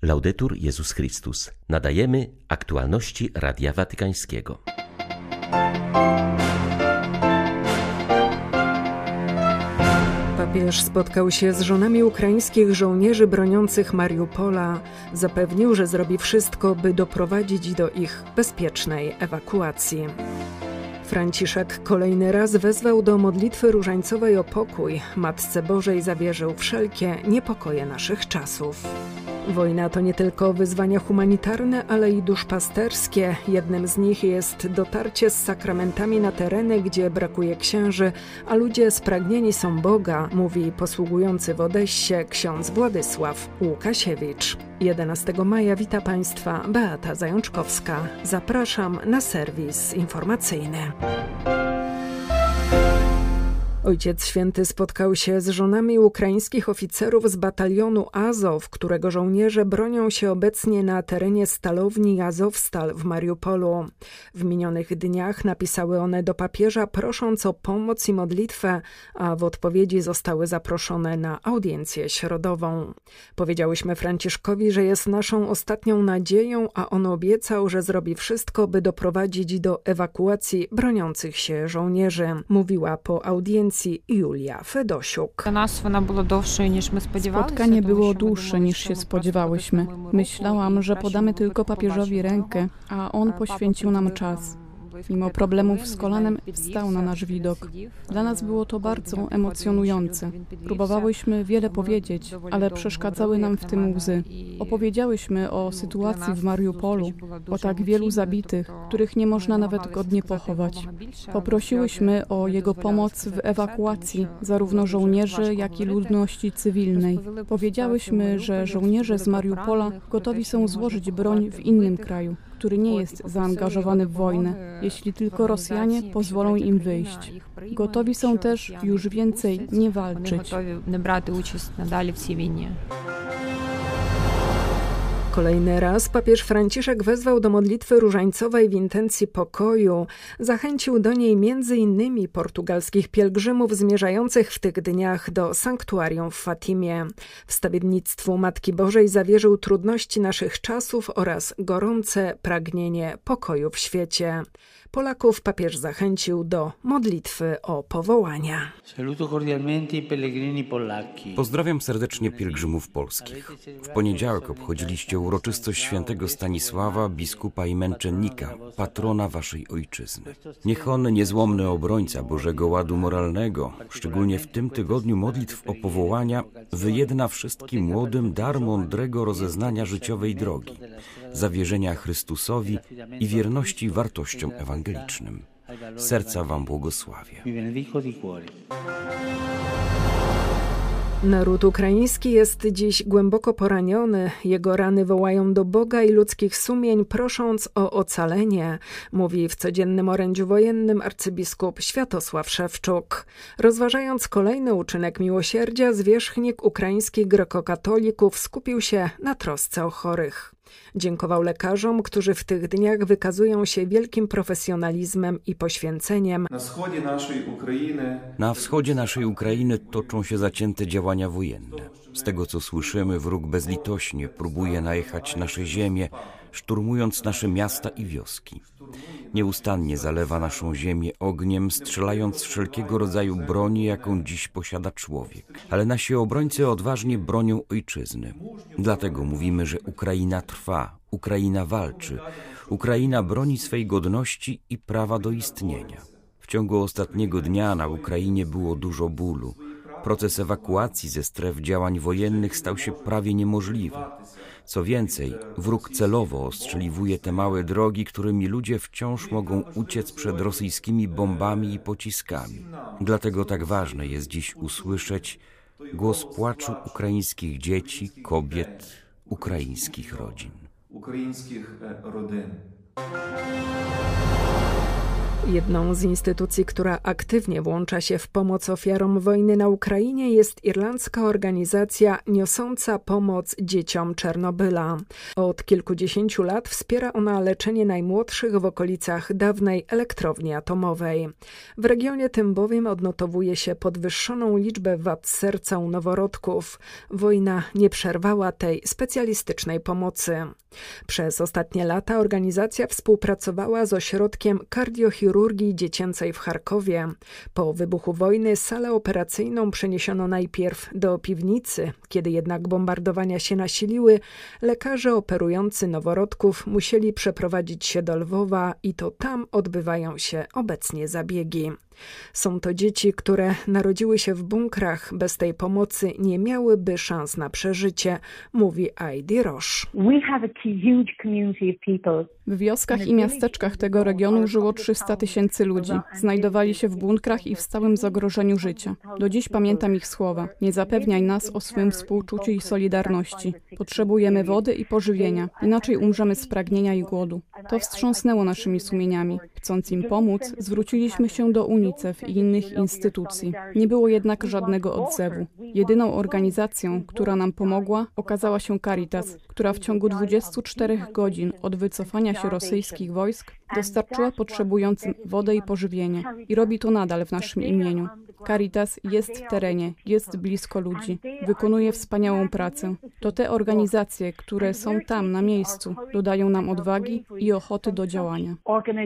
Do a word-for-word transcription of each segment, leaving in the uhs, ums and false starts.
Laudetur Jezus Chrystus. Nadajemy aktualności Radia Watykańskiego. Papież spotkał się z żonami ukraińskich żołnierzy broniących Mariupola. Zapewnił, że zrobi wszystko, by doprowadzić do ich bezpiecznej ewakuacji. Franciszek kolejny raz wezwał do modlitwy różańcowej o pokój. Matce Bożej zawierzył wszelkie niepokoje naszych czasów. Wojna to nie tylko wyzwania humanitarne, ale i duszpasterskie. Jednym z nich jest dotarcie z sakramentami na tereny, gdzie brakuje księży, a ludzie spragnieni są Boga, mówi posługujący w Odessie ksiądz Władysław Łukasiewicz. jedenastego maja wita Państwa Beata Zajączkowska. Zapraszam na serwis informacyjny. Ojciec Święty spotkał się z żonami ukraińskich oficerów z batalionu Azow, którego żołnierze bronią się obecnie na terenie stalowni Azowstal w Mariupolu. W minionych dniach napisały one do papieża, prosząc o pomoc i modlitwę, a w odpowiedzi zostały zaproszone na audiencję środową. Powiedziałyśmy Franciszkowi, że jest naszą ostatnią nadzieją, a on obiecał, że zrobi wszystko, by doprowadzić do ewakuacji broniących się żołnierzy. Mówiła po audiencji Julia Fedosiuk. Spotkanie było dłuższe niż się spodziewałyśmy. Myślałam, że podamy tylko papieżowi rękę, a on poświęcił nam czas. Mimo problemów z kolanem wstał na nasz widok. Dla nas było to bardzo emocjonujące. Próbowałyśmy wiele powiedzieć, ale przeszkadzały nam w tym łzy. Opowiedziałyśmy o sytuacji w Mariupolu, o tak wielu zabitych, których nie można nawet godnie pochować. Poprosiłyśmy o jego pomoc w ewakuacji zarówno żołnierzy, jak i ludności cywilnej. Powiedziałyśmy, że żołnierze z Mariupola gotowi są złożyć broń w innym kraju, który nie jest zaangażowany w wojnę, jeśli tylko Rosjanie pozwolą im wyjść. Gotowi są też już więcej nie walczyć. Kolejny raz papież Franciszek wezwał do modlitwy różańcowej w intencji pokoju. Zachęcił do niej między innymi portugalskich pielgrzymów zmierzających w tych dniach do sanktuarium w Fatimie. Wstawiennictwu Matki Bożej zawierzył trudności naszych czasów oraz gorące pragnienie pokoju w świecie. Polaków papież zachęcił do modlitwy o powołania. Pozdrawiam serdecznie pielgrzymów polskich. W poniedziałek obchodziliście uroczystość świętego Stanisława, biskupa i męczennika, patrona waszej ojczyzny. Niech on, niezłomny obrońca Bożego Ładu moralnego, szczególnie w tym tygodniu modlitw o powołania, wyjedna wszystkim młodym dar mądrego rozeznania życiowej drogi, zawierzenia Chrystusowi i wierności wartościom ewangelicznym. Z serca wam błogosławię. Naród ukraiński jest dziś głęboko poraniony. Jego rany wołają do Boga i ludzkich sumień, prosząc o ocalenie, mówi w codziennym orędziu wojennym arcybiskup Światosław Szewczuk. Rozważając kolejny uczynek miłosierdzia, zwierzchnik ukraińskich grekokatolików skupił się na trosce o chorych. Dziękował lekarzom, którzy w tych dniach wykazują się wielkim profesjonalizmem i poświęceniem. Na wschodzie naszej Ukrainy, Na wschodzie naszej Ukrainy toczą się zacięte działania wojenne. Z tego, co słyszymy, wróg bezlitośnie próbuje najechać nasze ziemię, szturmując nasze miasta i wioski. Nieustannie zalewa naszą ziemię ogniem, strzelając wszelkiego rodzaju broni, jaką dziś posiada człowiek. Ale nasi obrońcy odważnie bronią ojczyzny. Dlatego mówimy, że Ukraina trwa, Ukraina walczy, Ukraina broni swej godności i prawa do istnienia. W ciągu ostatniego dnia na Ukrainie było dużo bólu. Proces ewakuacji ze stref działań wojennych stał się prawie niemożliwy. Co więcej, wróg celowo ostrzeliwuje te małe drogi, którymi ludzie wciąż mogą uciec przed rosyjskimi bombami i pociskami. Dlatego tak ważne jest dziś usłyszeć głos płaczu ukraińskich dzieci, kobiet, ukraińskich rodzin. Ukraińskich rodzin. Jedną z instytucji, która aktywnie włącza się w pomoc ofiarom wojny na Ukrainie, jest irlandzka organizacja niosąca pomoc dzieciom Czernobyla. Od kilkudziesięciu lat wspiera ona leczenie najmłodszych w okolicach dawnej elektrowni atomowej. W regionie tym bowiem odnotowuje się podwyższoną liczbę wad serca u noworodków. Wojna nie przerwała tej specjalistycznej pomocy. Przez ostatnie lata organizacja współpracowała z ośrodkiem kardiochirurgii dziecięcej w Charkowie. Po wybuchu wojny salę operacyjną przeniesiono najpierw do piwnicy. Kiedy jednak bombardowania się nasiliły, lekarze operujący noworodków musieli przeprowadzić się do Lwowa i to tam odbywają się obecnie zabiegi. Są to dzieci, które narodziły się w bunkrach. Bez tej pomocy nie miałyby szans na przeżycie, mówi Heidi Roche. W wioskach i miasteczkach tego regionu żyło trzysta tysięcy ludzi. Znajdowali się w bunkrach i w stałym zagrożeniu życia. Do dziś pamiętam ich słowa. Nie zapewniaj nas o swym współczuciu i solidarności. Potrzebujemy wody i pożywienia, inaczej umrzemy z pragnienia i głodu. To wstrząsnęło naszymi sumieniami. Chcąc im pomóc, zwróciliśmy się do UNICEF i innych instytucji. Nie było jednak żadnego odzewu. Jedyną organizacją, która nam pomogła, okazała się Caritas, która w ciągu dwudziestu czterech godzin od wycofania się rosyjskich wojsk dostarczyła potrzebującym wodę i pożywienie. I robi to nadal w naszym imieniu. Caritas jest w terenie, jest blisko ludzi, wykonuje wspaniałą pracę. To te organizacje, które są tam na miejscu, dodają nam odwagi i ochoty do działania.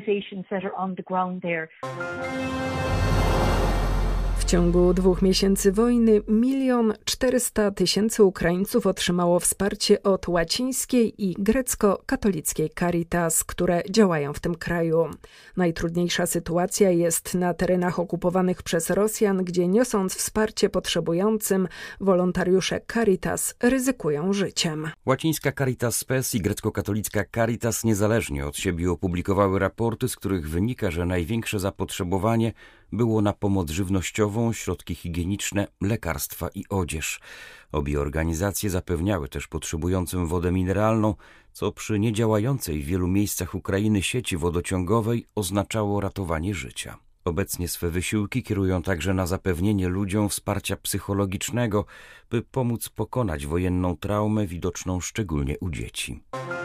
W ciągu dwóch miesięcy wojny milion czterysta tysięcy Ukraińców otrzymało wsparcie od łacińskiej i grecko-katolickiej Caritas, które działają w tym kraju. Najtrudniejsza sytuacja jest na terenach okupowanych przez Rosjan, gdzie niosąc wsparcie potrzebującym, wolontariusze Caritas ryzykują życiem. Łacińska Caritas Spes i grecko-katolicka Caritas niezależnie od siebie opublikowały raporty, z których wynika, że największe zapotrzebowanie było na pomoc żywnościową, środki higieniczne, lekarstwa i odzież. Obie organizacje zapewniały też potrzebującym wodę mineralną, co przy niedziałającej w wielu miejscach Ukrainy sieci wodociągowej oznaczało ratowanie życia. Obecnie swe wysiłki kierują także na zapewnienie ludziom wsparcia psychologicznego, by pomóc pokonać wojenną traumę widoczną szczególnie u dzieci.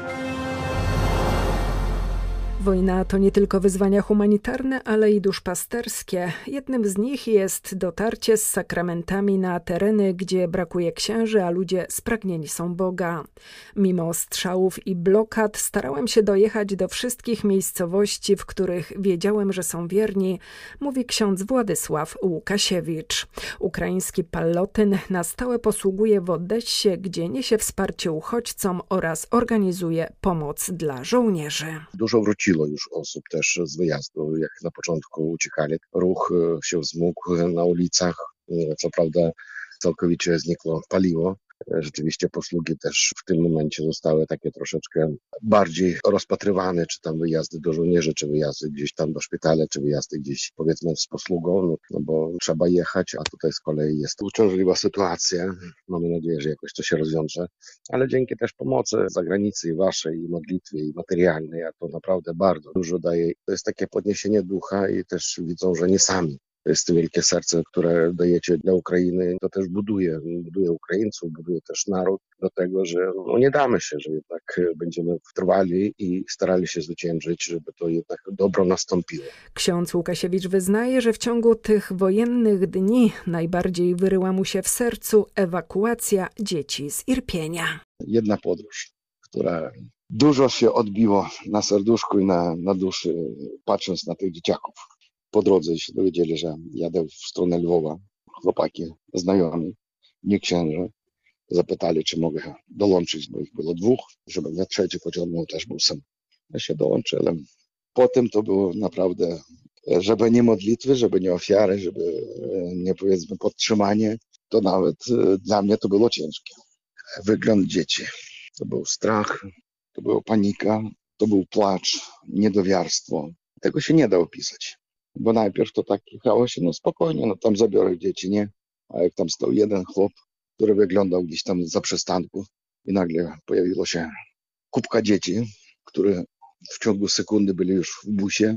Wojna to nie tylko wyzwania humanitarne, ale i duszpasterskie. Jednym z nich jest dotarcie z sakramentami na tereny, gdzie brakuje księży, a ludzie spragnieni są Boga. Mimo strzałów i blokad starałem się dojechać do wszystkich miejscowości, w których wiedziałem, że są wierni, mówi ksiądz Władysław Łukasiewicz. Ukraiński pallotyn na stałe posługuje w Odessie, gdzie niesie wsparcie uchodźcom oraz organizuje pomoc dla żołnierzy. Dużo wróciło już osób też z wyjazdu, jak na początku uciekali. Ruch się wzmógł na ulicach, co prawda całkowicie znikło paliwo. Rzeczywiście posługi też w tym momencie zostały takie troszeczkę bardziej rozpatrywane, czy tam wyjazdy do żołnierzy, czy wyjazdy gdzieś tam do szpitala, czy wyjazdy gdzieś powiedzmy z posługą, no, no bo trzeba jechać, a tutaj z kolei jest uciążliwa sytuacja. Mamy nadzieję, że jakoś to się rozwiąże, ale dzięki też pomocy z zagranicy i waszej, i modlitwie, i materialnej, a to naprawdę bardzo dużo daje. To jest takie podniesienie ducha i też widzą, że nie sami. To jest wielkie serce, które dajecie dla Ukrainy. To też buduje, buduje Ukraińców, buduje też naród do tego, że no nie damy się, że jednak będziemy trwali i starali się zwyciężyć, żeby to jednak dobro nastąpiło. Ksiądz Łukasiewicz wyznaje, że w ciągu tych wojennych dni najbardziej wyryła mu się w sercu ewakuacja dzieci z Irpienia. Jedna podróż, która dużo się odbiło na serduszku i na, na duszy, patrząc na tych dzieciaków. Po drodze się dowiedzieli, że jadę w stronę Lwowa. Chłopaki znajomi, nie księże, zapytali, czy mogę dołączyć, bo ich było dwóch, żeby na trzeci pociągnął też busem. Ja się dołączyłem. Potem to było naprawdę, żeby nie modlitwy, żeby nie ofiary, żeby nie powiedzmy podtrzymanie, to nawet dla mnie to było ciężkie. Wygląd dzieci. To był strach, to była panika, to był płacz, niedowiarstwo. Tego się nie da opisać. Bo najpierw to tak jechało się, no spokojnie, no tam zabiorę dzieci, nie? A jak tam stał jeden chłop, który wyglądał gdzieś tam za przystanku i nagle pojawiło się kubka dzieci, które w ciągu sekundy byli już w busie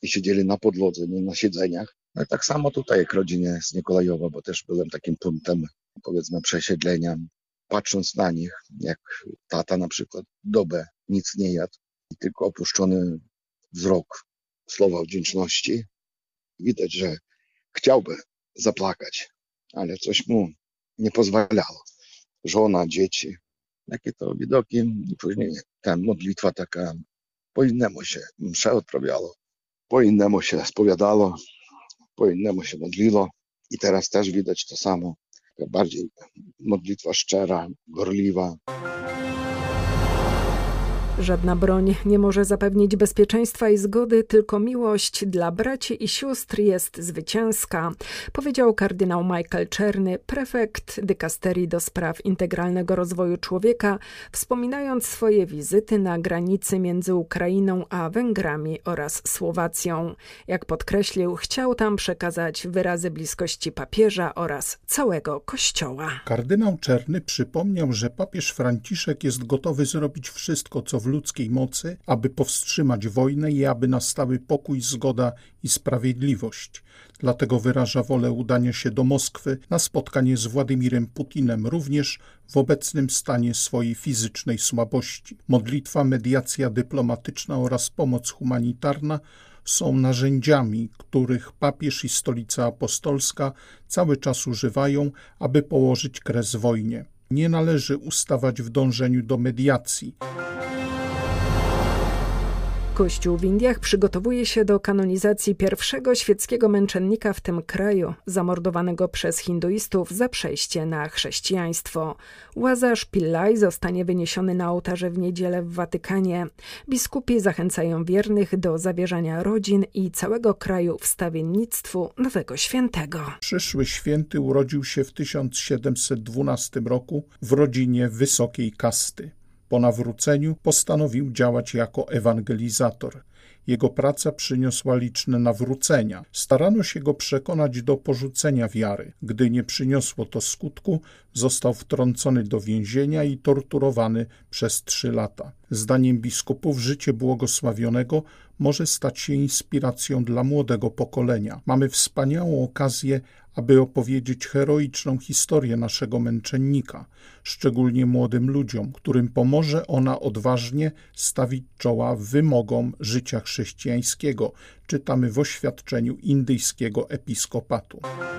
i siedzieli na podłodze, nie na siedzeniach. No i tak samo tutaj jak rodzinie z Nikolajowa, bo też byłem takim punktem, powiedzmy, przesiedlenia. Patrząc na nich, jak tata na przykład dobę nic nie jadł i tylko opuszczony wzrok, słowa wdzięczności, widać, że chciałby zaplakać, ale coś mu nie pozwalało. Żona, dzieci, jakie to widoki. I później ta modlitwa taka po innemu się msze odprawiało, po innemu się spowiadało, po innemu się modliło i teraz też widać to samo. Bardziej modlitwa szczera, gorliwa. Żadna broń nie może zapewnić bezpieczeństwa i zgody, tylko miłość dla braci i sióstr jest zwycięska, powiedział kardynał Michael Czerny, prefekt dykasterii do spraw integralnego rozwoju człowieka, wspominając swoje wizyty na granicy między Ukrainą a Węgrami oraz Słowacją. Jak podkreślił, chciał tam przekazać wyrazy bliskości papieża oraz całego Kościoła. Kardynał Czerny przypomniał, że papież Franciszek jest gotowy zrobić wszystko, co w ludzkiej mocy, aby powstrzymać wojnę i aby nastały pokój, zgoda i sprawiedliwość. Dlatego wyraża wolę udania się do Moskwy na spotkanie z Władimirem Putinem, również w obecnym stanie swojej fizycznej słabości. Modlitwa, mediacja dyplomatyczna oraz pomoc humanitarna są narzędziami, których papież i Stolica Apostolska cały czas używają, aby położyć kres wojnie. Nie należy ustawać w dążeniu do mediacji. Kościół w Indiach przygotowuje się do kanonizacji pierwszego świeckiego męczennika w tym kraju, zamordowanego przez hinduistów za przejście na chrześcijaństwo. Łazarz Pillai zostanie wyniesiony na ołtarze w niedzielę w Watykanie. Biskupi zachęcają wiernych do zawierzania rodzin i całego kraju wstawiennictwu nowego świętego. Przyszły święty urodził się w tysiąc siedemset dwunastym roku w rodzinie wysokiej kasty. Po nawróceniu postanowił działać jako ewangelizator. Jego praca przyniosła liczne nawrócenia. Starano się go przekonać do porzucenia wiary. Gdy nie przyniosło to skutku, został wtrącony do więzienia i torturowany przez trzy lata. Zdaniem biskupów życie błogosławionego może stać się inspiracją dla młodego pokolenia. Mamy wspaniałą okazję, aby opowiedzieć heroiczną historię naszego męczennika, szczególnie młodym ludziom, którym pomoże ona odważnie stawić czoła wymogom życia chrześcijańskiego, czytamy w oświadczeniu indyjskiego episkopatu.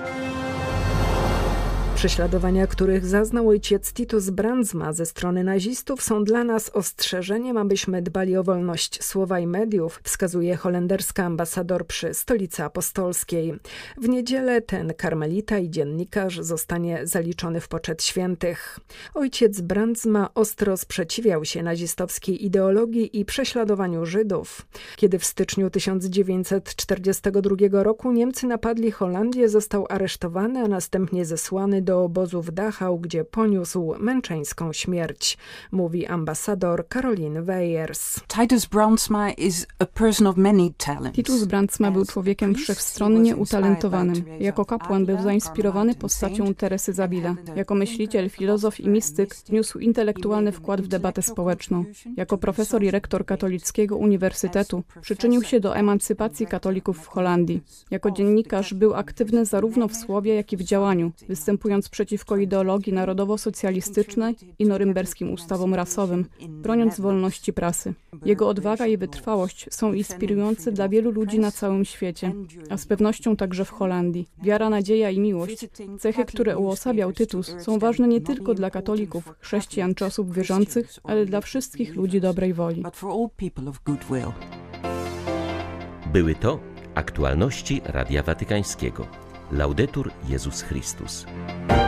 Prześladowania, których zaznał ojciec Titus Brandsma ze strony nazistów, są dla nas ostrzeżeniem, abyśmy dbali o wolność słowa i mediów, wskazuje holenderska ambasador przy Stolicy Apostolskiej. W niedzielę ten karmelita i dziennikarz zostanie zaliczony w poczet świętych. Ojciec Brandsma ostro sprzeciwiał się nazistowskiej ideologii i prześladowaniu Żydów. Kiedy w styczniu tysiąc dziewięćset czterdziestego drugiego roku Niemcy napadli Holandię, został aresztowany, a następnie zesłany do obozu w Dachau, gdzie poniósł męczeńską śmierć, mówi ambasador Caroline Weyers. Titus Brandsma is a person of many talents. Titus Brandsma był człowiekiem wszechstronnie utalentowanym. Jako kapłan był zainspirowany postacią Teresy z Avila. Jako myśliciel, filozof i mistyk wniósł intelektualny wkład w debatę społeczną. Jako profesor i rektor Katolickiego Uniwersytetu przyczynił się do emancypacji katolików w Holandii. Jako dziennikarz był aktywny zarówno w słowie, jak i w działaniu, występując przeciwko ideologii narodowo-socjalistycznej i norymberskim ustawom rasowym, broniąc wolności prasy. Jego odwaga i wytrwałość są inspirujące dla wielu ludzi na całym świecie, a z pewnością także w Holandii. Wiara, nadzieja i miłość, cechy, które uosabiał Tytus, są ważne nie tylko dla katolików, chrześcijan czy osób wierzących, ale dla wszystkich ludzi dobrej woli. Były to aktualności Radia Watykańskiego. Laudetur Jezus Chrystus.